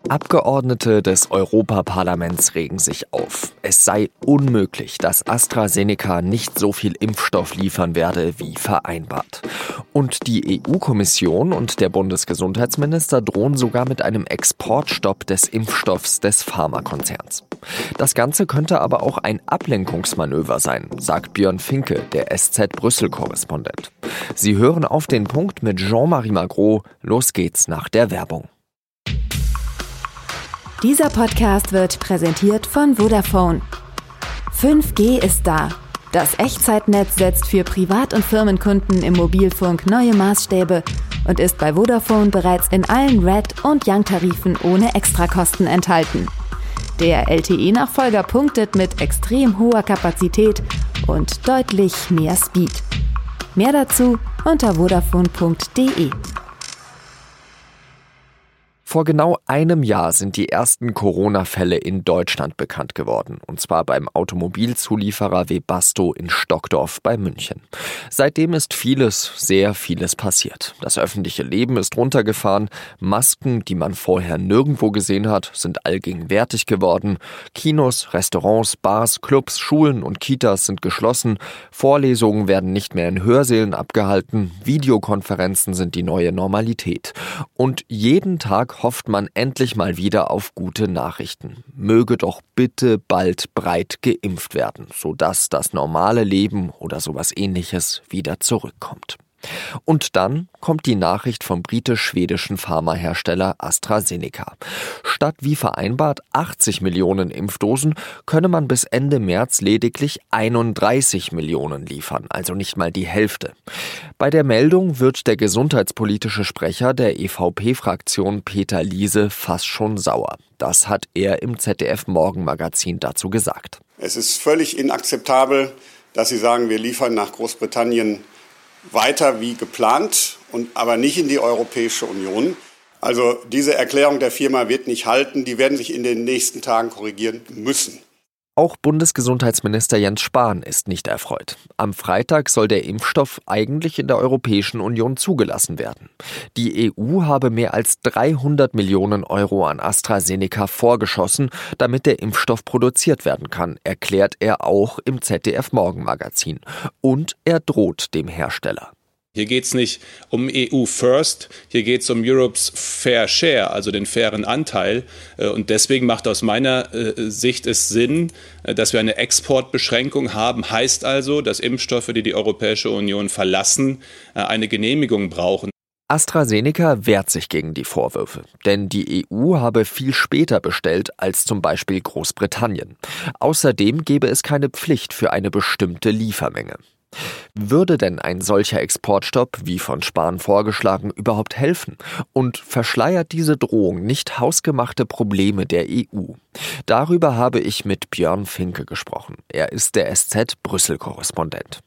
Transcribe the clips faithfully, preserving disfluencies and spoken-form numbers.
Abgeordnete des Europaparlaments regen sich auf. Es sei unmöglich, dass AstraZeneca nicht so viel Impfstoff liefern werde wie vereinbart. Und die E U-Kommission und der Bundesgesundheitsminister drohen sogar mit einem Exportstopp des Impfstoffs des Pharmakonzerns. Das Ganze könnte aber auch ein Ablenkungsmanöver sein, sagt Björn Finke, der S Z-Brüssel-Korrespondent. Sie hören auf den Punkt mit Jean-Marie Magro. Los geht's nach der Werbung. Dieser Podcast wird präsentiert von Vodafone. fünf G ist da. Das Echtzeitnetz setzt für Privat- und Firmenkunden im Mobilfunk neue Maßstäbe und ist bei Vodafone bereits in allen Red- und Young-Tarifen ohne Extrakosten enthalten. Der L T E-Nachfolger punktet mit extrem hoher Kapazität und deutlich mehr Speed. Mehr dazu unter vodafone punkt de. Vor genau einem Jahr sind die ersten Corona-Fälle in Deutschland bekannt geworden, und zwar beim Automobilzulieferer Webasto in Stockdorf bei München. Seitdem ist vieles, sehr vieles passiert. Das öffentliche Leben ist runtergefahren, Masken, die man vorher nirgendwo gesehen hat, sind allgegenwärtig geworden, Kinos, Restaurants, Bars, Clubs, Schulen und Kitas sind geschlossen, Vorlesungen werden nicht mehr in Hörsälen abgehalten, Videokonferenzen sind die neue Normalität. Und jeden Tag hofft man endlich mal wieder auf gute Nachrichten. Möge doch bitte bald breit geimpft werden, sodass das normale Leben oder sowas Ähnliches wieder zurückkommt. Und dann kommt die Nachricht vom britisch-schwedischen Pharmahersteller AstraZeneca. Statt wie vereinbart achtzig Millionen Impfdosen könne man bis Ende März lediglich einunddreißig Millionen liefern, also nicht mal die Hälfte. Bei der Meldung wird der gesundheitspolitische Sprecher der E V P-Fraktion Peter Liese fast schon sauer. Das hat er im Z D F-Morgenmagazin dazu gesagt. Es ist völlig inakzeptabel, dass Sie sagen, wir liefern nach Großbritannien weiter wie geplant, und aber nicht in die Europäische Union. Also diese Erklärung der Firma wird nicht halten. Die werden sich in den nächsten Tagen korrigieren müssen. Auch Bundesgesundheitsminister Jens Spahn ist nicht erfreut. Am Freitag soll der Impfstoff eigentlich in der Europäischen Union zugelassen werden. Die E U habe mehr als dreihundert Millionen Euro an AstraZeneca vorgeschossen, damit der Impfstoff produziert werden kann, erklärt er auch im Z D F-Morgenmagazin. Und er droht dem Hersteller. Hier geht es nicht um E U First, hier geht es um Europe's Fair Share, also den fairen Anteil. Und deswegen macht aus meiner Sicht es Sinn, dass wir eine Exportbeschränkung haben. Heißt also, dass Impfstoffe, die die Europäische Union verlassen, eine Genehmigung brauchen. AstraZeneca wehrt sich gegen die Vorwürfe, denn die E U habe viel später bestellt als zum Beispiel Großbritannien. Außerdem gebe es keine Pflicht für eine bestimmte Liefermenge. Würde denn ein solcher Exportstopp, wie von Spahn vorgeschlagen, überhaupt helfen? Und verschleiert diese Drohung nicht hausgemachte Probleme der E U? Darüber habe ich mit Björn Finke gesprochen. Er ist der S Z-Brüssel-Korrespondent.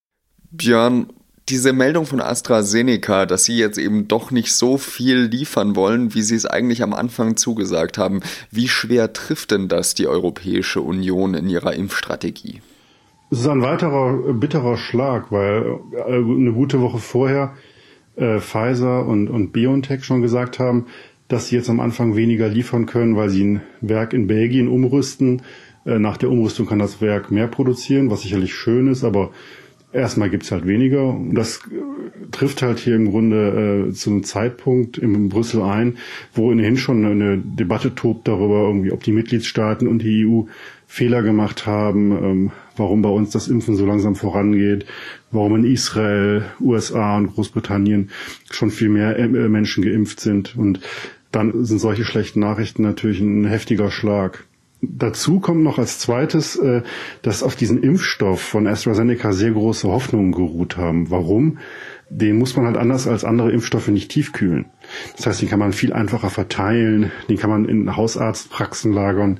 Björn, diese Meldung von AstraZeneca, dass sie jetzt eben doch nicht so viel liefern wollen, wie sie es eigentlich am Anfang zugesagt haben, wie schwer trifft denn das die Europäische Union in ihrer Impfstrategie? Es ist ein weiterer bitterer Schlag, weil eine gute Woche vorher äh, Pfizer und, und BioNTech schon gesagt haben, dass sie jetzt am Anfang weniger liefern können, weil sie ein Werk in Belgien umrüsten. Äh, nach der Umrüstung kann das Werk mehr produzieren, was sicherlich schön ist, aber erstmal gibt's halt weniger. Und das äh, trifft halt hier im Grunde äh, zu einem Zeitpunkt in Brüssel ein, wo ohnehin schon eine Debatte tobt darüber, irgendwie, ob die Mitgliedstaaten und die E U Fehler gemacht haben, ähm, warum bei uns das Impfen so langsam vorangeht, warum in Israel, U S A und Großbritannien schon viel mehr äh, Menschen geimpft sind. Und dann sind solche schlechten Nachrichten natürlich ein heftiger Schlag. Dazu kommt noch als zweites, äh, dass auf diesen Impfstoff von AstraZeneca sehr große Hoffnungen geruht haben. Warum? Den muss man halt anders als andere Impfstoffe nicht tiefkühlen. Das heißt, den kann man viel einfacher verteilen, den kann man in Hausarztpraxen lagern.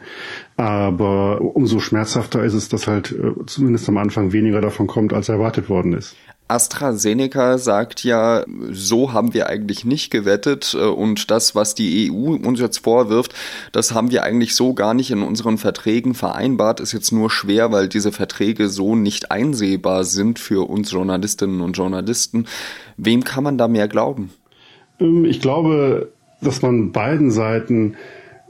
Aber umso schmerzhafter ist es, dass halt äh, zumindest am Anfang weniger davon kommt, als erwartet worden ist. AstraZeneca sagt ja, so haben wir eigentlich nicht gewettet und das, was die E U uns jetzt vorwirft, das haben wir eigentlich so gar nicht in unseren Verträgen vereinbart, ist jetzt nur schwer, weil diese Verträge so nicht einsehbar sind für uns Journalistinnen und Journalisten. Wem kann man da mehr glauben? Ich glaube, dass man beiden Seiten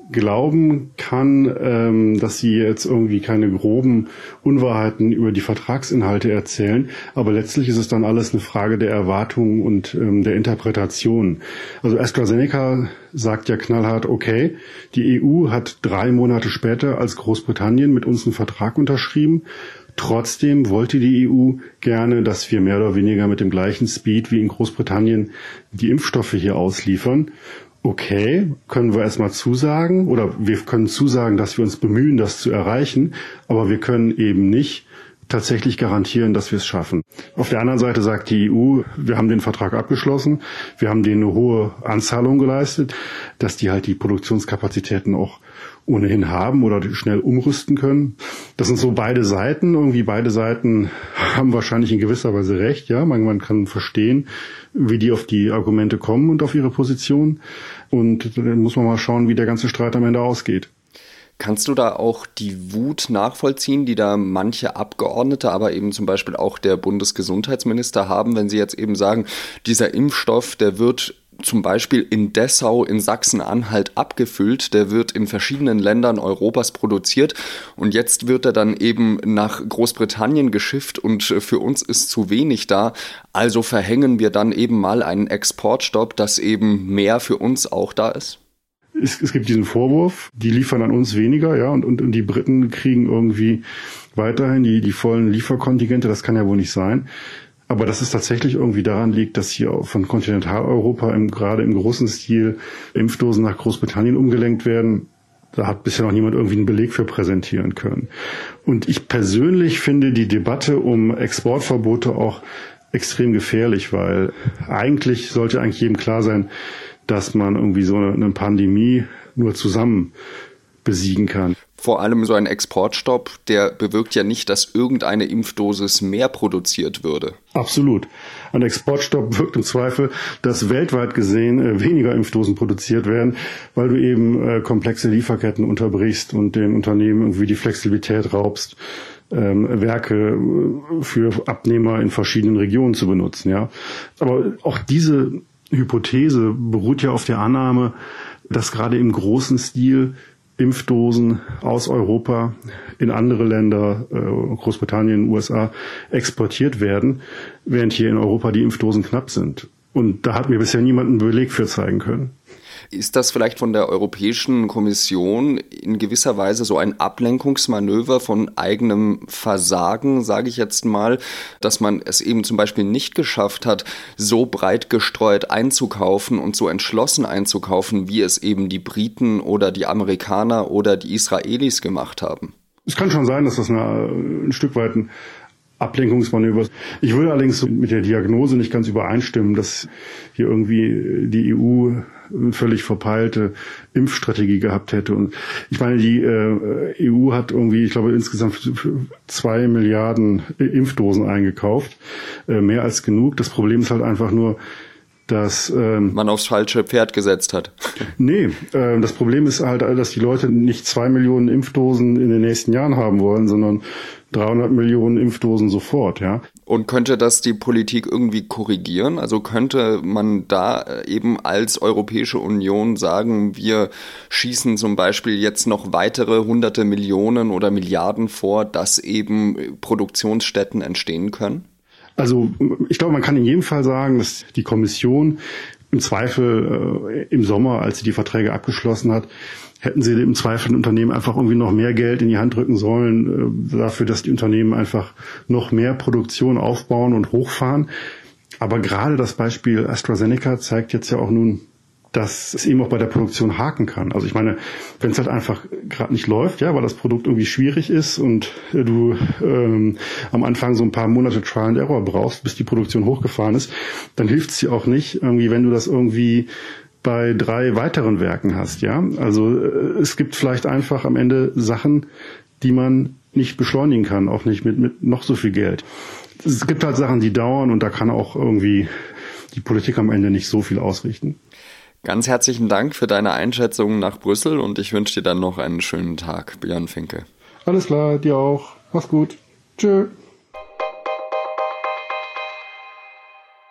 glauben kann, ähm, dass sie jetzt irgendwie keine groben Unwahrheiten über die Vertragsinhalte erzählen. Aber letztlich ist es dann alles eine Frage der Erwartungen und ähm, der Interpretation. Also AstraZeneca sagt ja knallhart, okay, die E U hat drei Monate später als Großbritannien mit uns einen Vertrag unterschrieben. Trotzdem wollte die E U gerne, dass wir mehr oder weniger mit dem gleichen Speed wie in Großbritannien die Impfstoffe hier ausliefern. Okay, können wir erstmal zusagen oder wir können zusagen, dass wir uns bemühen, das zu erreichen, aber wir können eben nicht tatsächlich garantieren, dass wir es schaffen. Auf der anderen Seite sagt die E U, wir haben den Vertrag abgeschlossen, wir haben denen eine hohe Anzahlung geleistet, dass die halt die Produktionskapazitäten auch ohnehin haben oder schnell umrüsten können. Das sind so beide Seiten. Irgendwie beide Seiten haben wahrscheinlich in gewisser Weise recht. Ja, man, man kann verstehen, wie die auf die Argumente kommen und auf ihre Position. Und dann muss man mal schauen, wie der ganze Streit am Ende ausgeht. Kannst du da auch die Wut nachvollziehen, die da manche Abgeordnete, aber eben zum Beispiel auch der Bundesgesundheitsminister haben, wenn sie jetzt eben sagen, dieser Impfstoff, der wird zum Beispiel in Dessau in Sachsen-Anhalt abgefüllt, der wird in verschiedenen Ländern Europas produziert und jetzt wird er dann eben nach Großbritannien geschifft und für uns ist zu wenig da, also verhängen wir dann eben mal einen Exportstopp, dass eben mehr für uns auch da ist? Es, es gibt diesen Vorwurf, die liefern an uns weniger, ja, und, und, und die Briten kriegen irgendwie weiterhin die, die vollen Lieferkontingente, das kann ja wohl nicht sein. Aber dass es tatsächlich irgendwie daran liegt, dass hier von Kontinentaleuropa im, gerade im großen Stil Impfdosen nach Großbritannien umgelenkt werden, da hat bisher noch niemand irgendwie einen Beleg für präsentieren können. Und ich persönlich finde die Debatte um Exportverbote auch extrem gefährlich, weil eigentlich sollte eigentlich jedem klar sein, dass man irgendwie so eine, eine Pandemie nur zusammen besiegen kann. Vor allem so ein Exportstopp, der bewirkt ja nicht, dass irgendeine Impfdosis mehr produziert würde. Absolut. Ein Exportstopp wirkt im Zweifel, dass weltweit gesehen äh, weniger Impfdosen produziert werden, weil du eben äh, komplexe Lieferketten unterbrichst und den Unternehmen irgendwie die Flexibilität raubst, ähm, Werke für Abnehmer in verschiedenen Regionen zu benutzen. Ja, aber auch diese Hypothese beruht ja auf der Annahme, dass gerade im großen Stil Impfdosen aus Europa in andere Länder, Großbritannien, U S A, exportiert werden, während hier in Europa die Impfdosen knapp sind. Und da hat mir bisher niemand einen Beleg für zeigen können. Ist das vielleicht von der Europäischen Kommission in gewisser Weise so ein Ablenkungsmanöver von eigenem Versagen, sage ich jetzt mal, dass man es eben zum Beispiel nicht geschafft hat, so breit gestreut einzukaufen und so entschlossen einzukaufen, wie es eben die Briten oder die Amerikaner oder die Israelis gemacht haben? Es kann schon sein, dass das eine, ein Stück weit ein Ablenkungsmanöver ist. Ich würde allerdings mit der Diagnose nicht ganz übereinstimmen, dass hier irgendwie die E U eine völlig verpeilte Impfstrategie gehabt hätte. Und ich meine, die äh, E U hat irgendwie, ich glaube, insgesamt zwei Milliarden Impfdosen eingekauft. Äh, mehr als genug. Das Problem ist halt einfach nur, dass ähm, man aufs falsche Pferd gesetzt hat. Nee, äh, das Problem ist halt, dass die Leute nicht zwei Millionen Impfdosen in den nächsten Jahren haben wollen, sondern dreihundert Millionen Impfdosen sofort, ja. Und könnte das die Politik irgendwie korrigieren? Also könnte man da eben als Europäische Union sagen, wir schießen zum Beispiel jetzt noch weitere hunderte Millionen oder Milliarden vor, dass eben Produktionsstätten entstehen können? Also ich glaube, man kann in jedem Fall sagen, dass die Kommission im Zweifel äh, im Sommer, als sie die Verträge abgeschlossen hat, hätten sie im Zweifel den Unternehmen einfach irgendwie noch mehr Geld in die Hand drücken sollen, äh, dafür, dass die Unternehmen einfach noch mehr Produktion aufbauen und hochfahren. Aber gerade das Beispiel AstraZeneca zeigt jetzt ja auch nun, dass es eben auch bei der Produktion haken kann. Also ich meine, wenn es halt einfach gerade nicht läuft, ja, weil das Produkt irgendwie schwierig ist und du ähm, am Anfang so ein paar Monate Trial and Error brauchst, bis die Produktion hochgefahren ist, dann hilft es dir auch nicht, irgendwie, wenn du das irgendwie bei drei weiteren Werken hast, ja. Also äh, es gibt vielleicht einfach am Ende Sachen, die man nicht beschleunigen kann, auch nicht mit, mit noch so viel Geld. Es gibt halt Sachen, die dauern und da kann auch irgendwie die Politik am Ende nicht so viel ausrichten. Ganz herzlichen Dank für deine Einschätzung nach Brüssel und ich wünsche dir dann noch einen schönen Tag, Björn Finke. Alles klar, dir auch. Mach's gut. Tschö.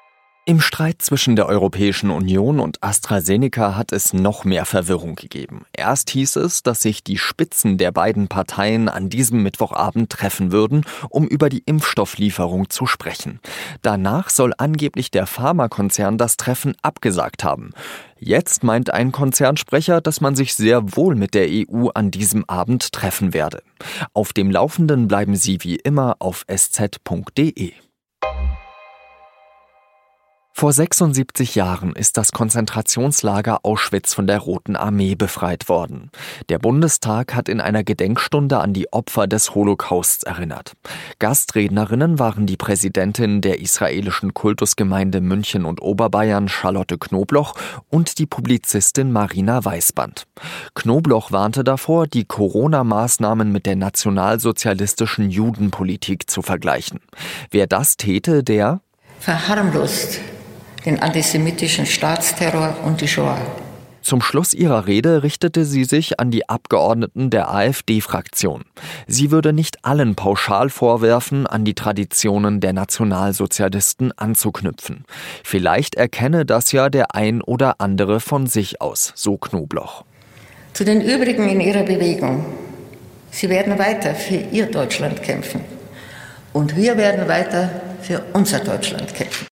Im Streit zwischen der Europäischen Union und AstraZeneca hat es noch mehr Verwirrung gegeben. Erst hieß es, dass sich die Spitzen der beiden Parteien an diesem Mittwochabend treffen würden, um über die Impfstofflieferung zu sprechen. Danach soll angeblich der Pharmakonzern das Treffen abgesagt haben. Jetzt meint ein Konzernsprecher, dass man sich sehr wohl mit der E U an diesem Abend treffen werde. Auf dem Laufenden bleiben Sie wie immer auf s z punkt d e. Vor sechsundsiebzig Jahren ist das Konzentrationslager Auschwitz von der Roten Armee befreit worden. Der Bundestag hat in einer Gedenkstunde an die Opfer des Holocausts erinnert. Gastrednerinnen waren die Präsidentin der israelischen Kultusgemeinde München und Oberbayern, Charlotte Knobloch, und die Publizistin Marina Weißband. Knobloch warnte davor, die Corona-Maßnahmen mit der nationalsozialistischen Judenpolitik zu vergleichen. Wer das täte, der verharmlost den antisemitischen Staatsterror und die Shoah. Zum Schluss ihrer Rede richtete sie sich an die Abgeordneten der AfD-Fraktion. Sie würde nicht allen pauschal vorwerfen, an die Traditionen der Nationalsozialisten anzuknüpfen. Vielleicht erkenne das ja der ein oder andere von sich aus, so Knobloch. Zu den übrigen in ihrer Bewegung. Sie werden weiter für ihr Deutschland kämpfen. Und wir werden weiter für unser Deutschland kämpfen.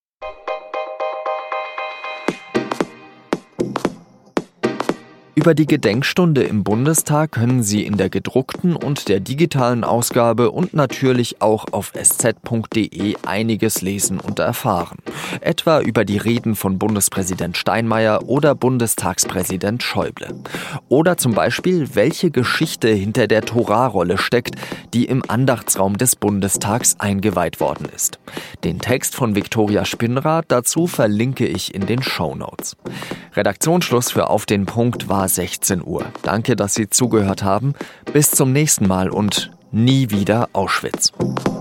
Über die Gedenkstunde im Bundestag können Sie in der gedruckten und der digitalen Ausgabe und natürlich auch auf s z punkt d e einiges lesen und erfahren. Etwa über die Reden von Bundespräsident Steinmeier oder Bundestagspräsident Schäuble. Oder zum Beispiel, welche Geschichte hinter der Torahrolle steckt, die im Andachtsraum des Bundestags eingeweiht worden ist. Den Text von Viktoria Spinnrath dazu verlinke ich in den Shownotes. Redaktionsschluss für Auf den Punkt war sechzehn Uhr. Danke, dass Sie zugehört haben. Bis zum nächsten Mal und nie wieder Auschwitz.